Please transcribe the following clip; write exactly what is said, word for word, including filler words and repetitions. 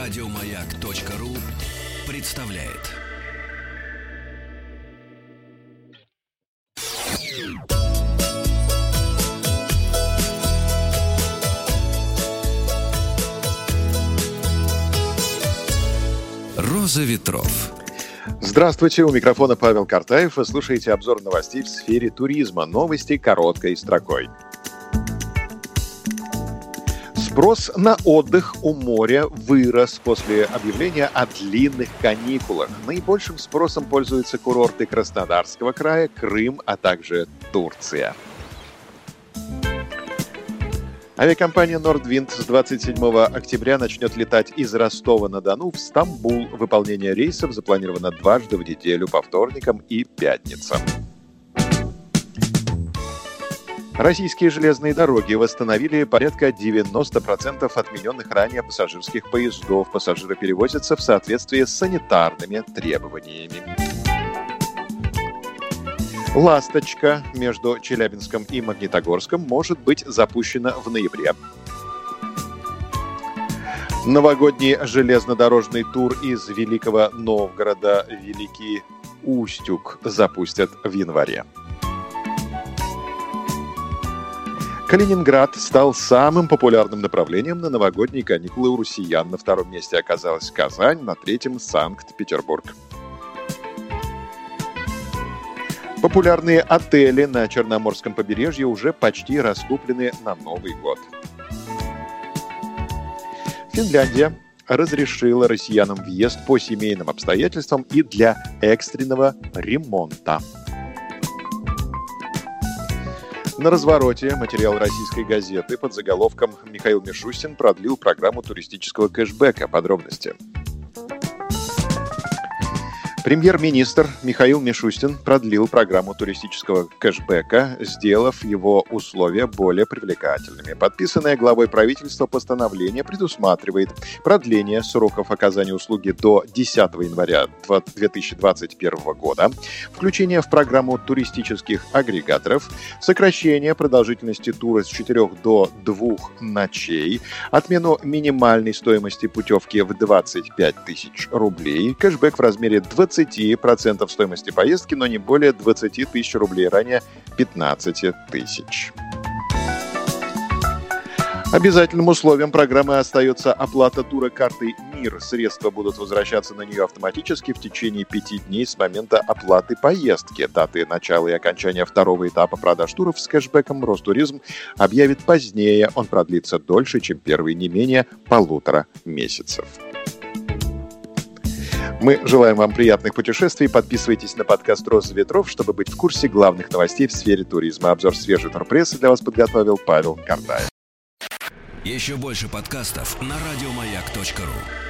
Радиомаяк.ру представляет. Роза ветров. Здравствуйте, у микрофона Павел Картаев. Вы слушаете обзор новостей в сфере туризма. Новости короткой строкой. Спрос на отдых у моря вырос после объявления о длинных каникулах. Наибольшим спросом пользуются курорты Краснодарского края, Крым, а также Турция. Авиакомпания «Нордвинд» с двадцать седьмого октября начнет летать из Ростова-на-Дону в Стамбул. Выполнение рейсов запланировано дважды в неделю по вторникам и пятницам. Российские железные дороги восстановили порядка девяносто процентов отмененных ранее пассажирских поездов. Пассажиры перевозятся в соответствии с санитарными требованиями. «Ласточка» между Челябинском и Магнитогорском может быть запущена в ноябре. Новогодний железнодорожный тур из Великого Новгорода Великий Устюг запустят в январе. Калининград стал самым популярным направлением на новогодние каникулы у россиян. На втором месте оказалась Казань, на третьем – Санкт-Петербург. Популярные отели на Черноморском побережье уже почти раскуплены на Новый год. Финляндия разрешила россиянам въезд по семейным обстоятельствам и для экстренного ремонта. На развороте материал «Российской газеты» под заголовком «Михаил Мишустин продлил программу туристического кэшбэка». Подробности. Премьер-министр Михаил Мишустин продлил программу туристического кэшбэка, сделав его условия более привлекательными. Подписанное главой правительства постановление предусматривает продление сроков оказания услуги до десятого января две тысячи двадцать первого года, включение в программу туристических агрегаторов, сокращение продолжительности тура с четырех до двух ночей, отмену минимальной стоимости путевки в двадцать пять тысяч рублей, кэшбэк в размере двадцать процентов стоимости поездки, но не более двадцать тысяч рублей, ранее пятнадцать тысяч. Обязательным условием программы остается оплата тура картой МИР. Средства будут возвращаться на нее автоматически в течение пяти дней с момента оплаты поездки. Даты начала и окончания второго этапа продаж туров с кэшбэком Ростуризм объявит позднее. Он продлится дольше, чем первый, не менее полутора месяцев. Мы желаем вам приятных путешествий. Подписывайтесь на подкаст «Роза ветров», чтобы быть в курсе главных новостей в сфере туризма. Обзор свежей турпрессы для вас подготовил Павел Картаев. Еще больше подкастов на радиомаяк точка ру.